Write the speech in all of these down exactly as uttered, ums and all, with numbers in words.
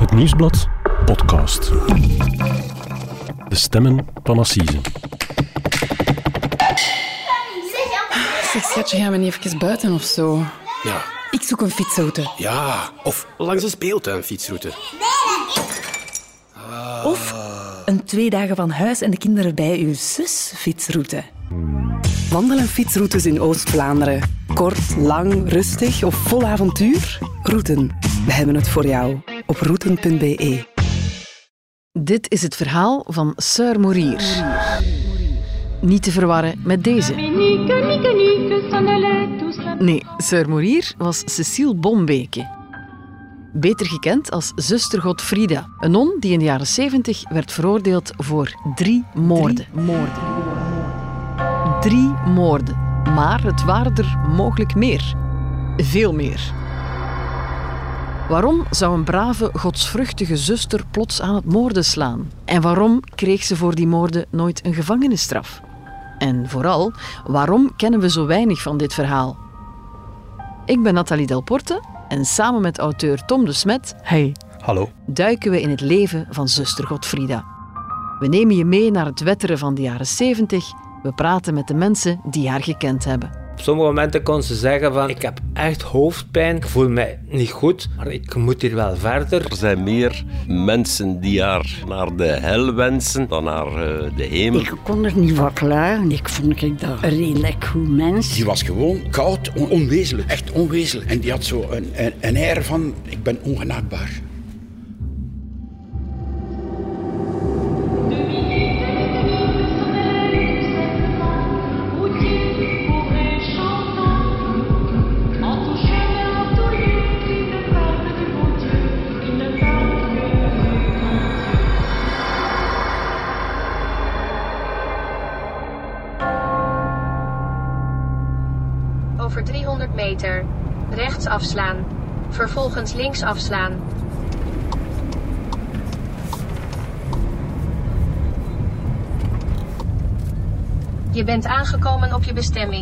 Het Nieuwsblad podcast. De stemmen van Assise. Zeg schatje, gaan we niet even buiten of zo? Ja. Ik zoek een fietsroute. Ja, of langs een speeltuin fietsroute. Of een twee dagen van huis en de kinderen bij uw zus fietsroute. Wandelen fietsroutes in Oost-Vlaanderen. Kort, lang, rustig of vol avontuur? Routen. We hebben het voor jou. Op routen punt b e. Dit is het verhaal van Sœur Morier. Niet te verwarren met deze. Nee, Sœur Morier was Cécile Bombeke. Beter gekend als zuster Godfrida. Een non die in de jaren zeventig werd veroordeeld voor drie moorden. Drie moorden. Drie moorden. Maar het waren er mogelijk meer. Veel meer. Waarom zou een brave, godsvruchtige zuster plots aan het moorden slaan? En waarom kreeg ze voor die moorden nooit een gevangenisstraf? En vooral, waarom kennen we zo weinig van dit verhaal? Ik ben Nathalie Delporte en samen met auteur Tom de Smet, hey, hallo, duiken we in het leven van zuster Godfrida. We nemen je mee naar het wetteren van de jaren zeventig. We praten met de mensen die haar gekend hebben. Op sommige momenten kon ze zeggen van, ik heb echt hoofdpijn, ik voel mij niet goed, maar ik moet hier wel verder. Er zijn meer mensen die haar naar de hel wensen dan naar uh, de hemel. Ik kon er niet van klaar. Ik vond ik dat een redelijk goed mens. Die was gewoon koud, on- onwezenlijk, echt onwezenlijk. En die had zo een, een, een air van, ik ben ongenaakbaar. Over driehonderd meter. Rechts afslaan. Vervolgens links afslaan. Je bent aangekomen op je bestemming.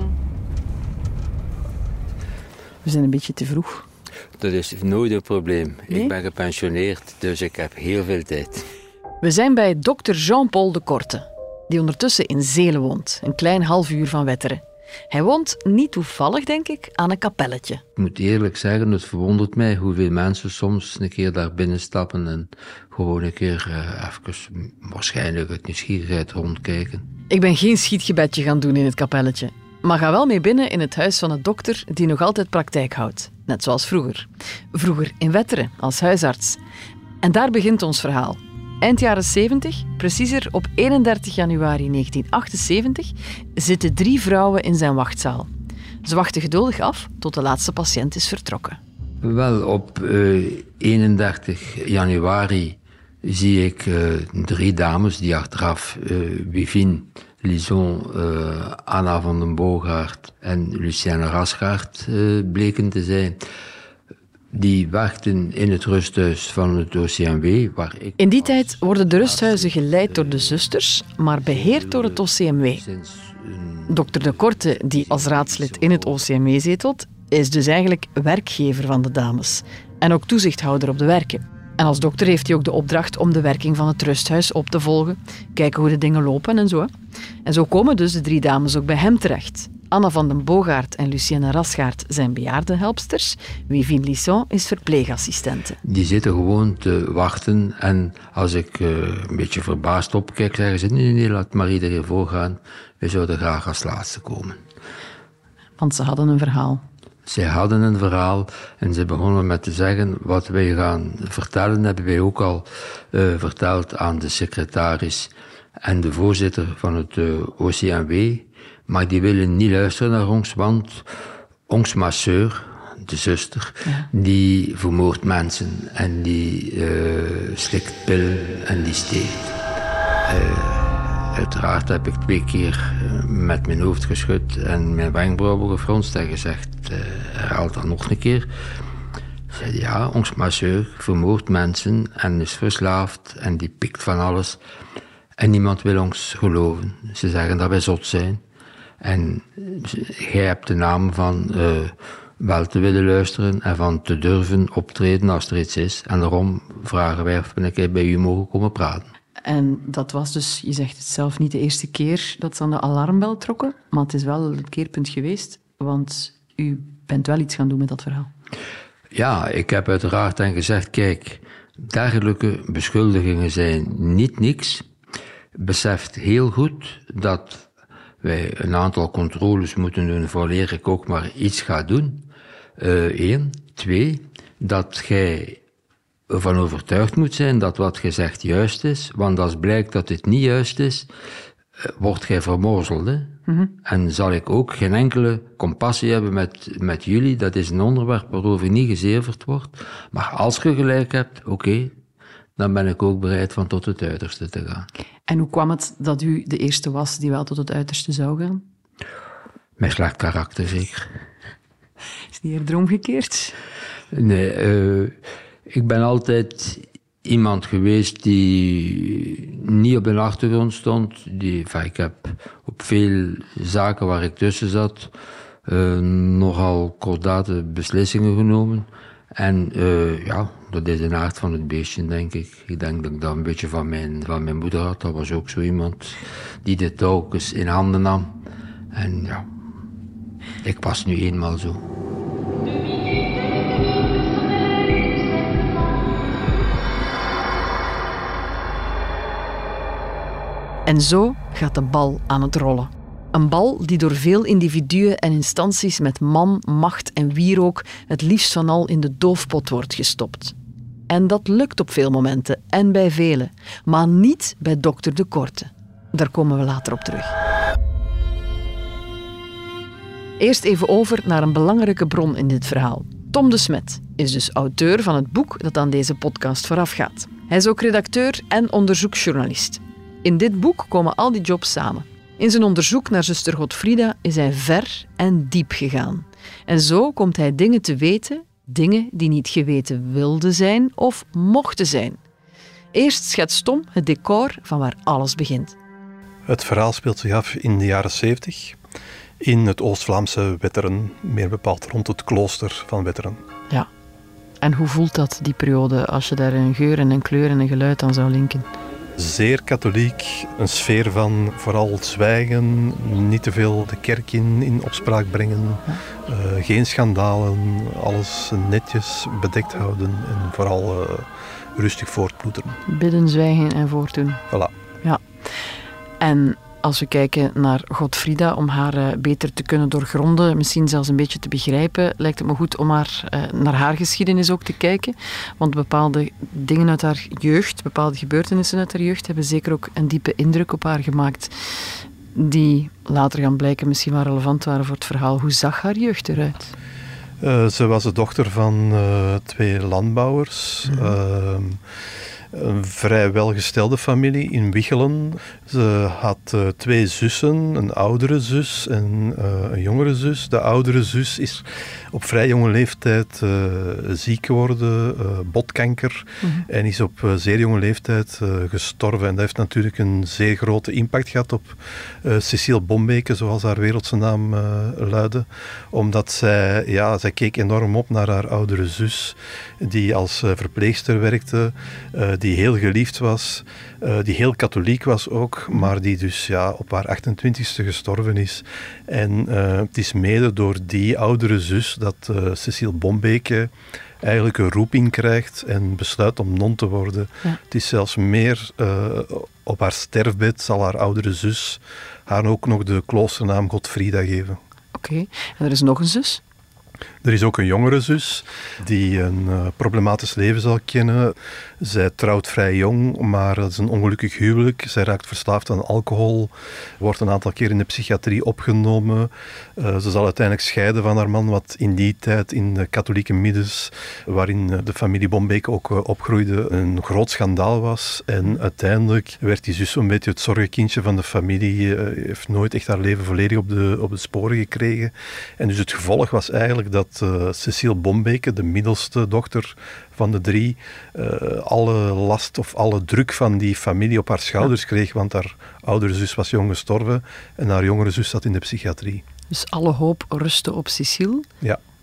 We zijn een beetje te vroeg. Dat is nooit een probleem. Nee? Ik ben gepensioneerd, dus ik heb heel veel tijd. We zijn bij dokter Jean-Paul de Korte, die ondertussen in Zelen woont, een klein half uur van Wetteren. Hij woont, niet toevallig denk ik, aan een kapelletje. Ik moet eerlijk zeggen, het verwondert mij hoeveel mensen soms een keer daar binnenstappen en gewoon een keer uh, even, waarschijnlijk uit nieuwsgierigheid rondkijken. Ik ben geen schietgebedje gaan doen in het kapelletje, maar ga wel mee binnen in het huis van een dokter die nog altijd praktijk houdt. Net zoals vroeger. Vroeger in Wetteren, als huisarts. En daar begint ons verhaal. Eind jaren zeventig, preciezer op eenendertig januari negentien achtenzeventig, zitten drie vrouwen in zijn wachtzaal. Ze wachten geduldig af tot de laatste patiënt is vertrokken. Wel, op uh, eenendertig januari zie ik uh, drie dames die achteraf uh, Wivine Lison, uh, Anna van den Boogaard en Lucienne Rasgaard uh, bleken te zijn. Die wachten in het rusthuis van het O C M W. Waar ik in die tijd worden de rusthuizen geleid door de zusters, maar beheerd door het O C M W. Dokter de Korte, die als raadslid in het O C M W zetelt, is dus eigenlijk werkgever van de dames. En ook toezichthouder op de werken. En als dokter heeft hij ook de opdracht om de werking van het rusthuis op te volgen, kijken hoe de dingen lopen en zo. En zo komen dus de drie dames ook bij hem terecht. Anna van den Boogaard en Lucienne Rasgaard zijn bejaardenhelpsters. Wivine Lisson is verpleegassistente. Die zitten gewoon te wachten. En als ik uh, een beetje verbaasd opkijk, zeggen ze, nee, nee, laat maar iedereen voorgaan. We zouden graag als laatste komen. Want ze hadden een verhaal. Zij hadden een verhaal en ze begonnen met te zeggen, wat wij gaan vertellen, hebben wij ook al uh, verteld aan de secretaris en de voorzitter van het uh, O C M W. Maar die willen niet luisteren naar ons, want ons masseur, de zuster, ja. die vermoordt mensen en die uh, slikt pillen en die steekt. Uh, uiteraard heb ik twee keer uh, met mijn hoofd geschud en mijn wenkbrauwen gefronst en gezegd, uh, herhaal dat nog een keer. Ik zei, ja, ons masseur vermoordt mensen en is verslaafd en die pikt van alles. En niemand wil ons geloven. Ze zeggen dat wij zot zijn. En jij hebt de naam van uh, wel te willen luisteren en van te durven optreden als er iets is. En daarom vragen wij of we een keer bij u mogen komen praten. En dat was dus, je zegt het zelf, niet de eerste keer dat ze aan de alarmbel trokken, maar het is wel het keerpunt geweest, want u bent wel iets gaan doen met dat verhaal. Ja, ik heb uiteraard dan gezegd, kijk, dergelijke beschuldigingen zijn niet niks. Beseft heel goed dat wij een aantal controles moeten doen voordat ik ook maar iets ga doen. Eén. Uh, Twee, dat jij ervan overtuigd moet zijn dat wat gezegd juist is, want als blijkt dat het niet juist is, uh, wordt gij vermorzeld. Hè? Mm-hmm. En zal ik ook geen enkele compassie hebben met, met jullie, dat is een onderwerp waarover niet gezeverd wordt. Maar als je gelijk hebt, oké, okay, dan ben ik ook bereid van tot het uiterste te gaan. En hoe kwam het dat u de eerste was die wel tot het uiterste zou gaan? Mijn slecht karakter, zeker. Is die eerder omgekeerd? Nee, uh, ik ben altijd iemand geweest die niet op een achtergrond stond. Die, enfin, ik heb op veel zaken waar ik tussen zat uh, nogal kordate beslissingen genomen. En uh, ja, dat is de aard van het beestje, denk ik. Ik denk dat ik dat een beetje van mijn, van mijn moeder had. Dat was ook zo iemand die de touw eens in handen nam. En ja, ik was nu eenmaal zo. En zo gaat de bal aan het rollen. Een bal die door veel individuen en instanties met man, macht en wierook het liefst van al in de doofpot wordt gestopt. En dat lukt op veel momenten en bij velen, maar niet bij dokter De Korte. Daar komen we later op terug. Eerst even over naar een belangrijke bron in dit verhaal. Tom de Smet is dus auteur van het boek dat aan deze podcast voorafgaat. Hij is ook redacteur en onderzoeksjournalist. In dit boek komen al die jobs samen. In zijn onderzoek naar zuster Godfrida is hij ver en diep gegaan. En zo komt hij dingen te weten, dingen die niet geweten wilden zijn of mochten zijn. Eerst schetst Tom het decor van waar alles begint. Het verhaal speelt zich af in de jaren zeventig in het Oost-Vlaamse Wetteren, meer bepaald rond het klooster van Wetteren. Ja. En hoe voelt dat, die periode, als je daar een geur en een kleur en een geluid aan zou linken? Zeer katholiek, een sfeer van vooral zwijgen, niet te veel de kerk in, in opspraak brengen, ja. uh, geen schandalen, alles netjes bedekt houden en vooral uh, rustig voortploeteren. Bidden, zwijgen en voortdoen. Voilà. Ja. En als we kijken naar Godfrida, om haar uh, beter te kunnen doorgronden, misschien zelfs een beetje te begrijpen, lijkt het me goed om haar, uh, naar haar geschiedenis ook te kijken. Want bepaalde dingen uit haar jeugd, bepaalde gebeurtenissen uit haar jeugd, hebben zeker ook een diepe indruk op haar gemaakt, die later gaan blijken misschien wel relevant waren voor het verhaal. Hoe zag haar jeugd eruit? Uh, ze was de dochter van uh, twee landbouwers. Mm-hmm. Uh, Een vrij welgestelde familie in Wichelen. Ze had uh, twee zussen, een oudere zus en uh, een jongere zus. De oudere zus is op vrij jonge leeftijd uh, ziek geworden, uh, botkanker, mm-hmm. en is op uh, zeer jonge leeftijd uh, gestorven. En dat heeft natuurlijk een zeer grote impact gehad op uh, Cecile Bombeke, zoals haar wereldse naam uh, luidde. Omdat zij, ja, zij keek enorm op naar haar oudere zus, die als uh, verpleegster werkte, uh, die heel geliefd was, uh, die heel katholiek was ook, maar die dus ja, op haar achtentwintigste gestorven is. En uh, het is mede door die oudere zus dat uh, Cecile Bombeke eigenlijk een roeping krijgt en besluit om non te worden. Ja. Het is zelfs meer, uh, op haar sterfbed zal haar oudere zus haar ook nog de kloosternaam Godfrida geven. Oké, okay. En er is nog een zus? Er is ook een jongere zus die een uh, problematisch leven zal kennen. Zij trouwt vrij jong, maar dat is een ongelukkig huwelijk. Zij raakt verslaafd aan alcohol, wordt een aantal keer in de psychiatrie opgenomen. Uh, ze zal uiteindelijk scheiden van haar man, wat in die tijd in de katholieke middens, waarin de familie Bombeke ook uh, opgroeide, een groot schandaal was. En uiteindelijk werd die zus een beetje het zorgenkindje van de familie, uh, heeft nooit echt haar leven volledig op de, op de sporen gekregen. En dus het gevolg was eigenlijk dat uh, Cecile Bombeke, de middelste dochter van de drie, uh, alle last of alle druk van die familie op haar schouders kreeg, want haar oudere zus was jong gestorven en haar jongere zus zat in de psychiatrie. Dus alle hoop rustte op Cecile. Ja.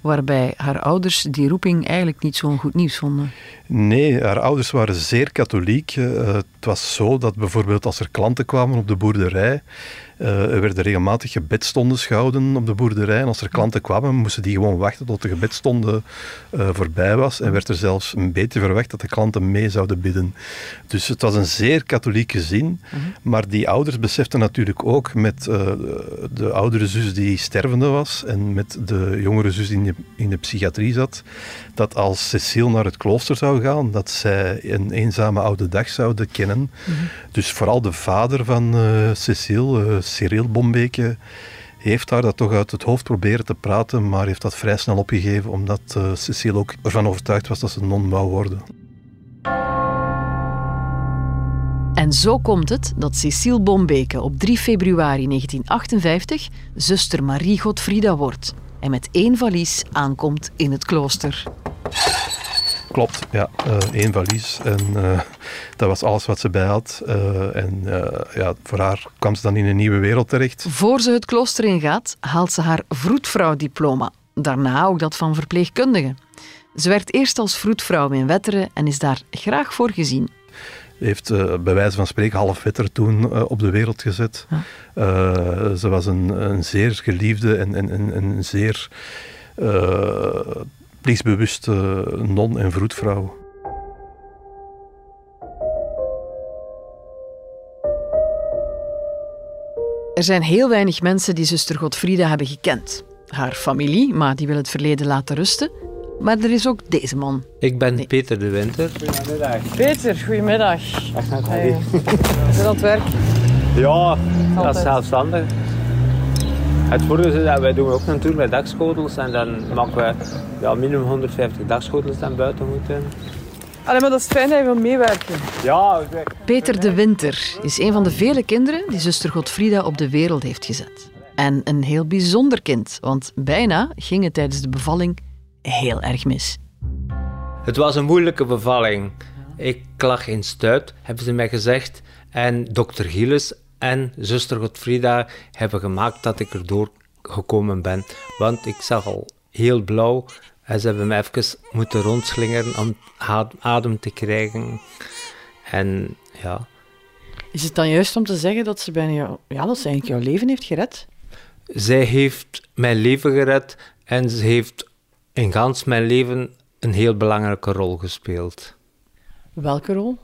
waarbij haar ouders die roeping eigenlijk niet zo'n goed nieuws vonden. Nee, haar ouders waren zeer katholiek. Uh, het was zo dat bijvoorbeeld als er klanten kwamen op de boerderij, uh, er werden regelmatig gebedstondes gehouden op de boerderij. En als er klanten kwamen, moesten die gewoon wachten tot de gebedstonde uh, voorbij was. En werd er zelfs een beetje verwacht dat de klanten mee zouden bidden. Dus het was een zeer katholiek gezin. Mm-hmm. Maar die ouders beseften natuurlijk ook met uh, de oudere zus die stervende was en met de jongere zus die in de, in de psychiatrie zat, dat als Cecile naar het klooster zou gaan, dat zij een eenzame oude dag zouden kennen. Mm-hmm. Dus vooral de vader van uh, Cecile, uh, Cyril Bombeke, heeft haar dat toch uit het hoofd proberen te praten, maar heeft dat vrij snel opgegeven, omdat uh, Cecile ook ervan overtuigd was dat ze non wou worden. En zo komt het dat Cecile Bombeke op drie februari negentien achtenvijftig zuster Marie Godfrieda wordt en met één valies aankomt in het klooster. Klopt, ja. Uh, één valies. En uh, dat was alles wat ze bij had. Uh, en uh, ja, voor haar kwam ze dan in een nieuwe wereld terecht. Voor ze het klooster ingaat, haalt ze haar vroedvrouwdiploma. Daarna ook dat van verpleegkundige. Ze werkt eerst als vroedvrouw in Wetteren en is daar graag voor gezien. Heeft uh, bij wijze van spreken half Wetteren toen uh, op de wereld gezet. Ja. Uh, ze was een, een zeer geliefde en, en, en een zeer uh, plichtbewuste non- en vroedvrouw. Er zijn heel weinig mensen die zuster Godfrieda hebben gekend. Haar familie, maar die wil het verleden laten rusten. Maar er is ook deze man. Ik ben nee. Peter de Winter. Goedemiddag. Peter, goedemiddag. Echt naar hey. Is dat werk? Ja, dat is zelfstandig. Het voordeel is dat wij doen ook een tour met dakschotels en dan maken we ja, minimum honderdvijftig dakschotels dan buiten moeten. Allee, maar dat is fijn dat je wil meewerken. Ja. Peter de Winter is een van de vele kinderen die zuster Godfrieda op de wereld heeft gezet. En een heel bijzonder kind, want bijna ging het tijdens de bevalling heel erg mis. Het was een moeilijke bevalling. Ik lag in stuit, hebben ze mij gezegd. En dokter Gilles en zuster Godfrieda hebben gemaakt dat ik erdoor gekomen ben. Want ik zag al heel blauw en ze hebben mij even moeten rondslingeren om adem te krijgen. En ja. Is het dan juist om te zeggen dat ze bijna jou, ja, dat ze eigenlijk jouw leven heeft gered? Zij heeft mijn leven gered en ze heeft in gans mijn leven een heel belangrijke rol gespeeld. Welke rol?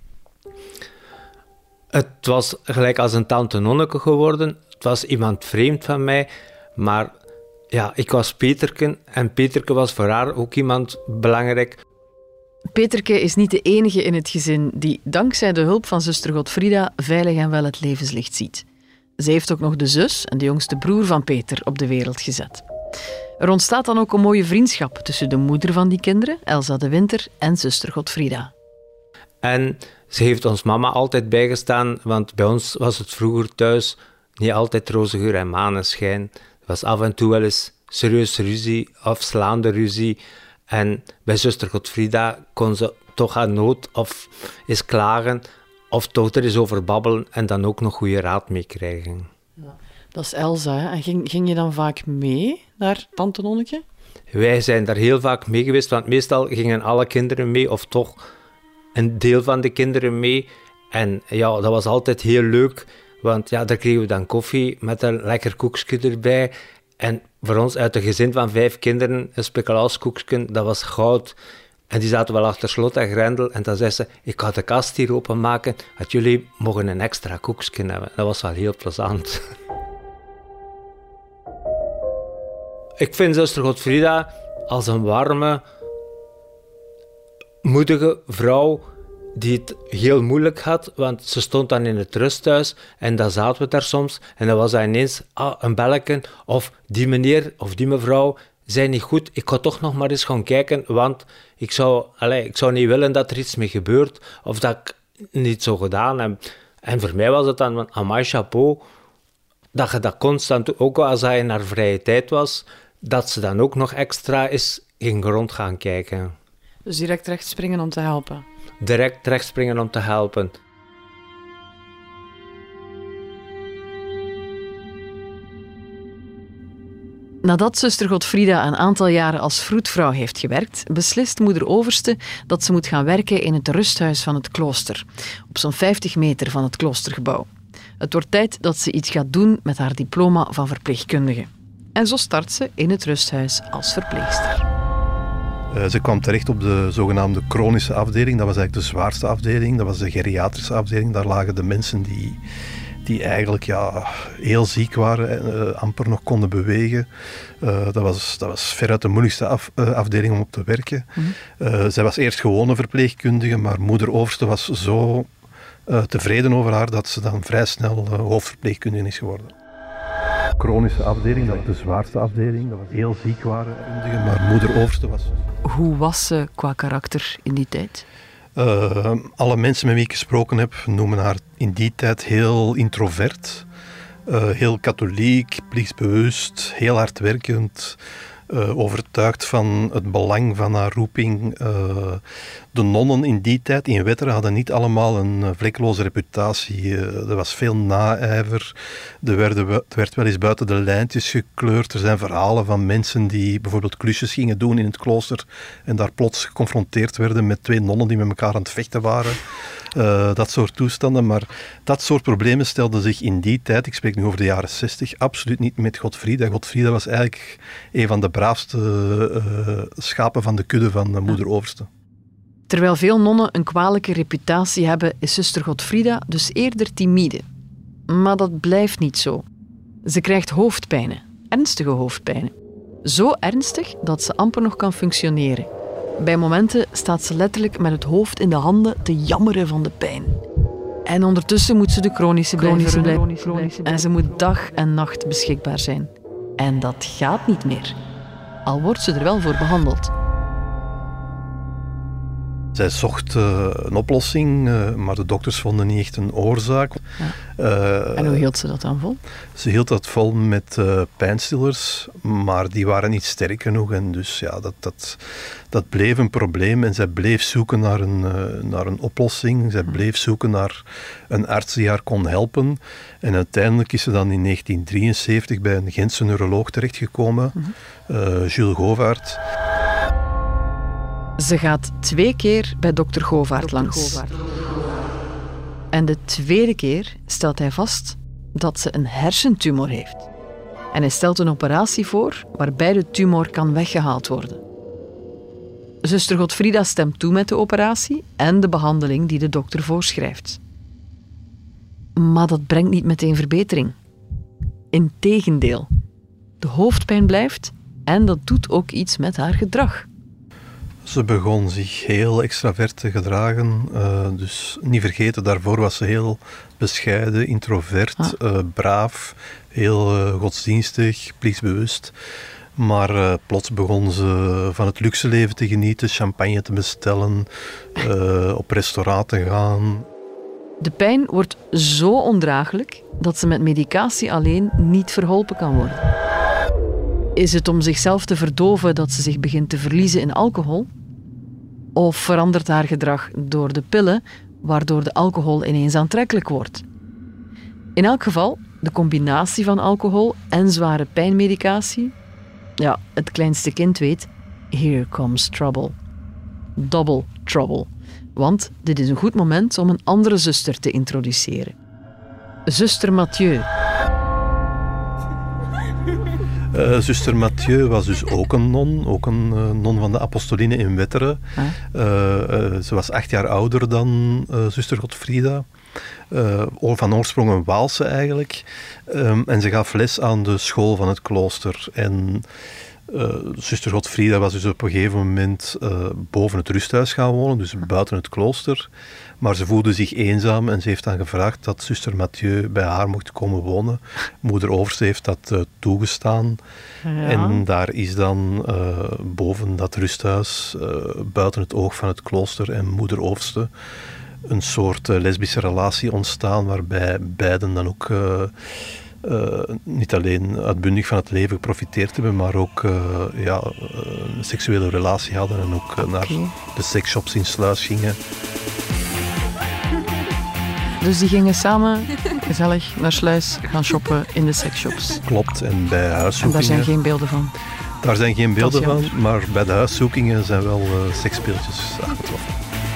Het was gelijk als een tante Nonneke geworden. Het was iemand vreemd van mij, maar ja, ik was Peterke en Peterke was voor haar ook iemand belangrijk. Peterke is niet de enige in het gezin die dankzij de hulp van zuster Godfrieda veilig en wel het levenslicht ziet. Ze heeft ook nog de zus en de jongste broer van Peter op de wereld gezet. Er ontstaat dan ook een mooie vriendschap tussen de moeder van die kinderen, Elsa de Winter, en zuster Godfrieda. En ze heeft ons mama altijd bijgestaan, want bij ons was het vroeger thuis niet altijd roze geur en maneschijn. Er was af en toe wel eens serieus ruzie of slaande ruzie. En bij zuster Godfrieda kon ze toch aan nood of eens klagen of toch er eens over babbelen en dan ook nog goede raad mee krijgen. Ja, dat is Elsa, hè? En ging, ging je dan vaak mee naar tante Nonneke? Wij zijn daar heel vaak mee geweest, want meestal gingen alle kinderen mee of toch een deel van de kinderen mee. En ja, dat was altijd heel leuk, want ja, daar kregen we dan koffie met een lekker koekje erbij. En voor ons uit een gezin van vijf kinderen, een speculaaskoekje, dat was goud. En die zaten wel achter slot en grendel. En dan zei ze, ik ga de kast hier openmaken, dat jullie mogen een extra koekje hebben. Dat was wel heel plezant. Ik vind zuster Godfrieda als een warme, moedige vrouw die het heel moeilijk had, want ze stond dan in het rusthuis en dan zaten we daar soms en dan was hij ineens ah, een belletje of die meneer of die mevrouw zei niet goed, ik ga toch nog maar eens gaan kijken, want ik zou, allez, ik zou niet willen dat er iets mee gebeurt of dat ik niet zo gedaan heb. En voor mij was het dan, amai chapeau, dat je dat constant, ook als hij in haar vrije tijd was, dat ze dan ook nog extra eens ging rond gaan kijken. Dus direct recht springen om te helpen? Direct recht springen om te helpen. Nadat zuster Godfrieda een aantal jaren als vroedvrouw heeft gewerkt, beslist moeder Overste dat ze moet gaan werken in het rusthuis van het klooster, op zo'n vijftig meter van het kloostergebouw. Het wordt tijd dat ze iets gaat doen met haar diploma van verpleegkundige. En zo start ze in het rusthuis als verpleegster. Uh, ze kwam terecht op de zogenaamde chronische afdeling. Dat was eigenlijk de zwaarste afdeling. Dat was de geriatrische afdeling. Daar lagen de mensen die, die eigenlijk ja, heel ziek waren en uh, amper nog konden bewegen. Uh, dat, was, dat was veruit de moeilijkste af, uh, afdeling om op te werken. Mm-hmm. Uh, zij was eerst gewone verpleegkundige, maar moeder Overste was zo uh, tevreden over haar dat ze dan vrij snel uh, hoofdverpleegkundige is geworden. Chronische afdeling, dat was de zwaarste afdeling. Dat was heel ziek waren, maar moeder Overste was... Hoe was ze qua karakter in die tijd? Uh, alle mensen met wie ik gesproken heb noemen haar in die tijd heel introvert. Uh, heel katholiek, plichtsbewust, heel hardwerkend. Uh, overtuigd van het belang van haar roeping. Uh, de nonnen in die tijd in Wetteren hadden niet allemaal een vlekkeloze reputatie. Uh, er was veel naijver. Er, werden, er werd wel eens buiten de lijntjes gekleurd. Er zijn verhalen van mensen die bijvoorbeeld klusjes gingen doen in het klooster en daar plots geconfronteerd werden met twee nonnen die met elkaar aan het vechten waren. Uh, dat soort toestanden. Maar dat soort problemen stelden zich in die tijd, ik spreek nu over de jaren zestig, absoluut niet met Godfrieda. Godfrieda was eigenlijk een van de braafste uh, schapen van de kudde van uh, moeder Overste. Terwijl veel nonnen een kwalijke reputatie hebben, is zuster Godfrieda dus eerder timide. Maar dat blijft niet zo. Ze krijgt hoofdpijnen, ernstige hoofdpijnen. Zo ernstig dat ze amper nog kan functioneren. Bij momenten staat ze letterlijk met het hoofd in de handen te jammeren van de pijn. En ondertussen moet ze de chronische blijven runnen. En ze moet dag en nacht beschikbaar zijn. En dat gaat niet meer. Al wordt ze er wel voor behandeld. Zij zocht uh, een oplossing, uh, maar de dokters vonden niet echt een oorzaak. Ja. Uh, en hoe hield ze dat dan vol? Ze hield dat vol met uh, pijnstillers, maar die waren niet sterk genoeg. En dus ja, dat, dat, dat bleef een probleem. En zij bleef zoeken naar een, uh, naar een oplossing. Zij bleef zoeken naar een arts die haar kon helpen. En uiteindelijk is ze dan in negentien drieënzeventig bij een Gentse neuroloog terechtgekomen, uh, Jules Govaert. Ze gaat twee keer bij dokter Govaert langs. Govaert. En de tweede keer stelt hij vast dat ze een hersentumor heeft. En hij stelt een operatie voor waarbij de tumor kan weggehaald worden. Zuster Godfrieda stemt toe met de operatie en de behandeling die de dokter voorschrijft. Maar dat brengt niet meteen verbetering. Integendeel, de hoofdpijn blijft en dat doet ook iets met haar gedrag. Ze begon zich heel extravert te gedragen. Uh, dus niet vergeten, daarvoor was ze heel bescheiden, introvert, ah. uh, braaf, heel uh, godsdienstig, plichtsbewust. Maar uh, plots begon ze van het luxe leven te genieten, champagne te bestellen, uh, op restaurant te gaan. De pijn wordt zo ondraaglijk dat ze met medicatie alleen niet verholpen kan worden. Is het om zichzelf te verdoven dat ze zich begint te verliezen in alcohol? Of verandert haar gedrag door de pillen, waardoor de alcohol ineens aantrekkelijk wordt? In elk geval, de combinatie van alcohol en zware pijnmedicatie, ja, het kleinste kind weet, here comes trouble. Double trouble. Want dit is een goed moment om een andere zuster te introduceren. Zuster Mathieu. Uh, zuster Mathieu was dus ook een non, ook een uh, non van de Apostoline in Wetteren. Ah. Uh, uh, ze was acht jaar ouder dan uh, zuster Godfrieda. Uh, van oorsprong een Waalse eigenlijk. Um, en ze gaf les aan de school van het klooster. En uh, zuster Godfrieda was dus op een gegeven moment uh, boven het rusthuis gaan wonen, dus buiten het klooster. Maar ze voelde zich eenzaam en ze heeft dan gevraagd dat zuster Mathieu bij haar mocht komen wonen. Moeder Overste heeft dat uh, toegestaan. Ja. En daar is dan uh, boven dat rusthuis, uh, buiten het oog van het klooster en moeder Overste, een soort uh, lesbische relatie ontstaan waarbij beiden dan ook uh, uh, niet alleen uitbundig van het leven geprofiteerd hebben, maar ook uh, ja, een seksuele relatie hadden en ook uh, okay. naar de seksshops in Sluis gingen. Dus die gingen samen gezellig naar Sluis gaan shoppen in de seksshops. Klopt, en bij huiszoekingen... En daar zijn geen beelden van? Daar zijn geen beelden van, maar bij de huiszoekingen zijn wel uh, seksspeeltjes aangetroffen.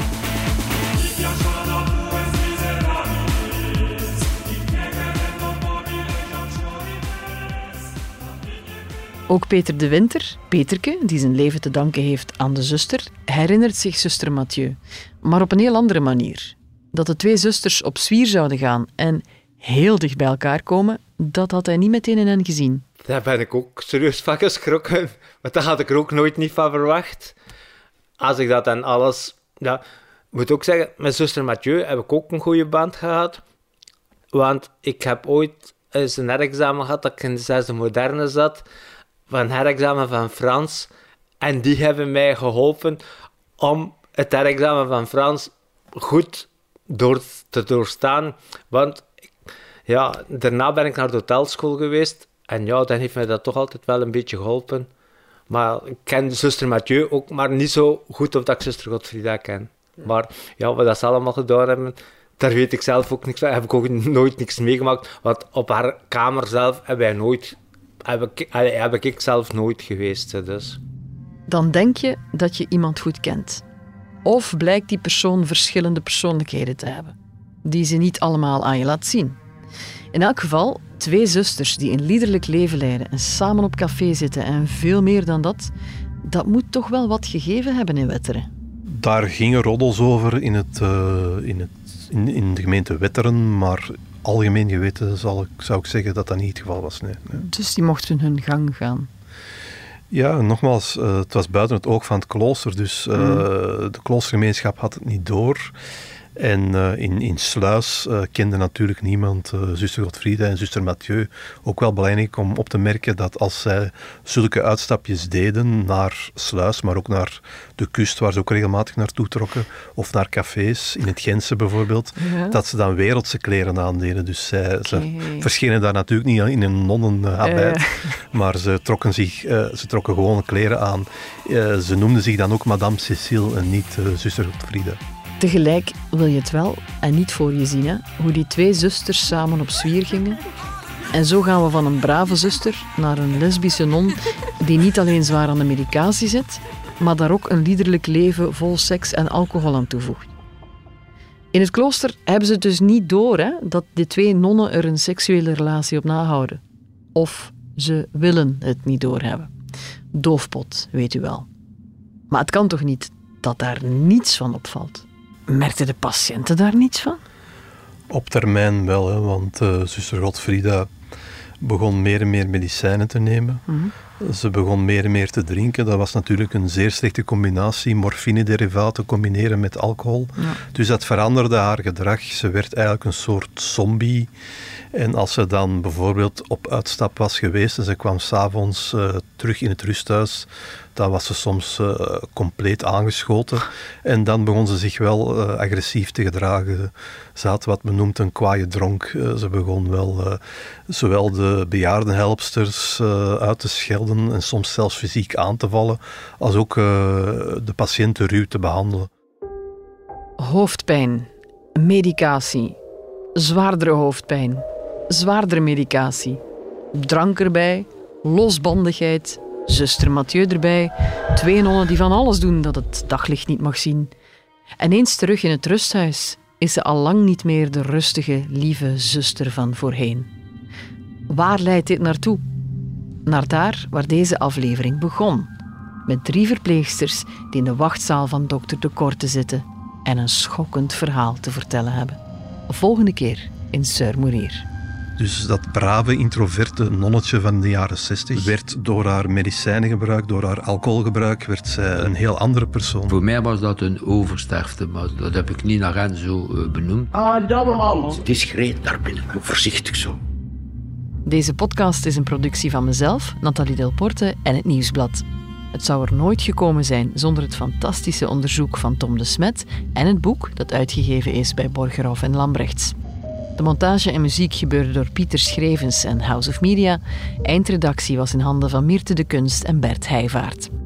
Ook Peter de Winter, Peterke, die zijn leven te danken heeft aan de zuster, herinnert zich zuster Mathieu. Maar op een heel andere manier. Dat de twee zusters op zwier zouden gaan en heel dicht bij elkaar komen, dat had hij niet meteen in hen gezien. Daar ben ik ook serieus van geschrokken. Want dat had ik er ook nooit niet van verwacht. Als ik dat dan alles... Ja, ik moet ook zeggen, met zuster Mathieu heb ik ook een goede band gehad. Want ik heb ooit eens een herexamen gehad dat ik in de zesde moderne zat. Van een herexamen van Frans. En die hebben mij geholpen om het herexamen van Frans goed door te doorstaan. Want ja, daarna ben ik naar de hotelschool geweest. En ja, dan heeft mij dat toch altijd wel een beetje geholpen. Maar ik ken zuster Mathieu ook, maar niet zo goed of dat ik zuster Godfrieda ken. Maar ja, wat dat ze allemaal gedaan hebben, daar weet ik zelf ook niks van. Heb ik ook nooit niks meegemaakt. Want op haar kamer zelf heb wij nooit... Heb ik, heb ik zelf nooit geweest. Dus. Dan denk je dat je iemand goed kent. Of blijkt die persoon verschillende persoonlijkheden te hebben, die ze niet allemaal aan je laat zien. In elk geval, twee zusters die een liederlijk leven leiden en samen op café zitten en veel meer dan dat, dat moet toch wel wat gegeven hebben in Wetteren. Daar gingen roddels over in, het, uh, in, het, in, in de gemeente Wetteren, maar algemeen geweten zal ik, zou ik zeggen dat dat niet het geval was. Nee, nee. Dus die mochten hun gang gaan? Ja, nogmaals, uh, het was buiten het oog van het klooster, dus uh, mm. de kloostergemeenschap had het niet door. En uh, in, in Sluis uh, kende natuurlijk niemand uh, zuster Godfrieda en zuster Mathieu. Ook wel belangrijk om op te merken dat als zij zulke uitstapjes deden naar Sluis, maar ook naar de kust waar ze ook regelmatig naartoe trokken, of naar cafés, in het Gentse bijvoorbeeld, ja. dat ze dan wereldse kleren aandeden. Dus zij, okay. ze verschenen daar natuurlijk niet in een nonnenhabit, uh. maar ze trokken, zich, uh, ze trokken gewone kleren aan. Uh, ze noemden zich dan ook Madame Cécile en niet uh, zuster Godfrieda. Tegelijk wil je het wel en niet voor je zien, hè? Hoe die twee zusters samen op zwier gingen. En zo gaan we van een brave zuster naar een lesbische non die niet alleen zwaar aan de medicatie zit, maar daar ook een liederlijk leven vol seks en alcohol aan toevoegt. In het klooster hebben ze het dus niet door, hè, dat de twee nonnen er een seksuele relatie op nahouden. Of ze willen het niet doorhebben. Doofpot, weet u wel. Maar het kan toch niet dat daar niets van opvalt? Merkten de patiënten daar niets van? Op termijn wel, hè, want uh, zuster Godfrieda begon meer en meer medicijnen te nemen. Mm-hmm. Ze begon meer en meer te drinken. Dat was natuurlijk een zeer slechte combinatie. Morfine-derivaten combineren met alcohol. Ja. Dus dat veranderde haar gedrag. Ze werd eigenlijk een soort zombie. En als ze dan bijvoorbeeld op uitstap was geweest en ze kwam 's avonds uh, terug in het rusthuis, dan was ze soms uh, compleet aangeschoten. En dan begon ze zich wel uh, agressief te gedragen. Ze had wat men noemt een kwaaie dronk. Uh, ze begon wel uh, zowel de bejaardenhelpsters uh, uit te schelden en soms zelfs fysiek aan te vallen, als ook uh, de patiënten ruw te behandelen. Hoofdpijn, medicatie, zwaardere hoofdpijn, zwaardere medicatie, drank erbij, losbandigheid, zuster Mathieu erbij, twee nonnen die van alles doen dat het daglicht niet mag zien. En eens terug in het rusthuis is ze al lang niet meer de rustige, lieve zuster van voorheen. Waar leidt dit naartoe? Naar daar waar deze aflevering begon. Met drie verpleegsters die in de wachtzaal van dokter De Korte zitten en een schokkend verhaal te vertellen hebben. Volgende keer in Suirmoerier. Dus dat brave, introverte nonnetje van de jaren zestig werd door haar medicijnengebruik, door haar alcoholgebruik, werd zij een heel andere persoon. Voor mij was dat een oversterfte, maar dat heb ik niet naar hen zo uh, benoemd. Ah, dat allemaal. Discreet daar binnen, voorzichtig zo. Deze podcast is een productie van mezelf, Nathalie Delporte en het Nieuwsblad. Het zou er nooit gekomen zijn zonder het fantastische onderzoek van Tom de Smet en het boek dat uitgegeven is bij Borgerhoff en Lambrechts. De montage en muziek gebeurde door Pieter Schrevens en House of Media. Eindredactie was in handen van Myrte de Kunst en Bert Heijvaart.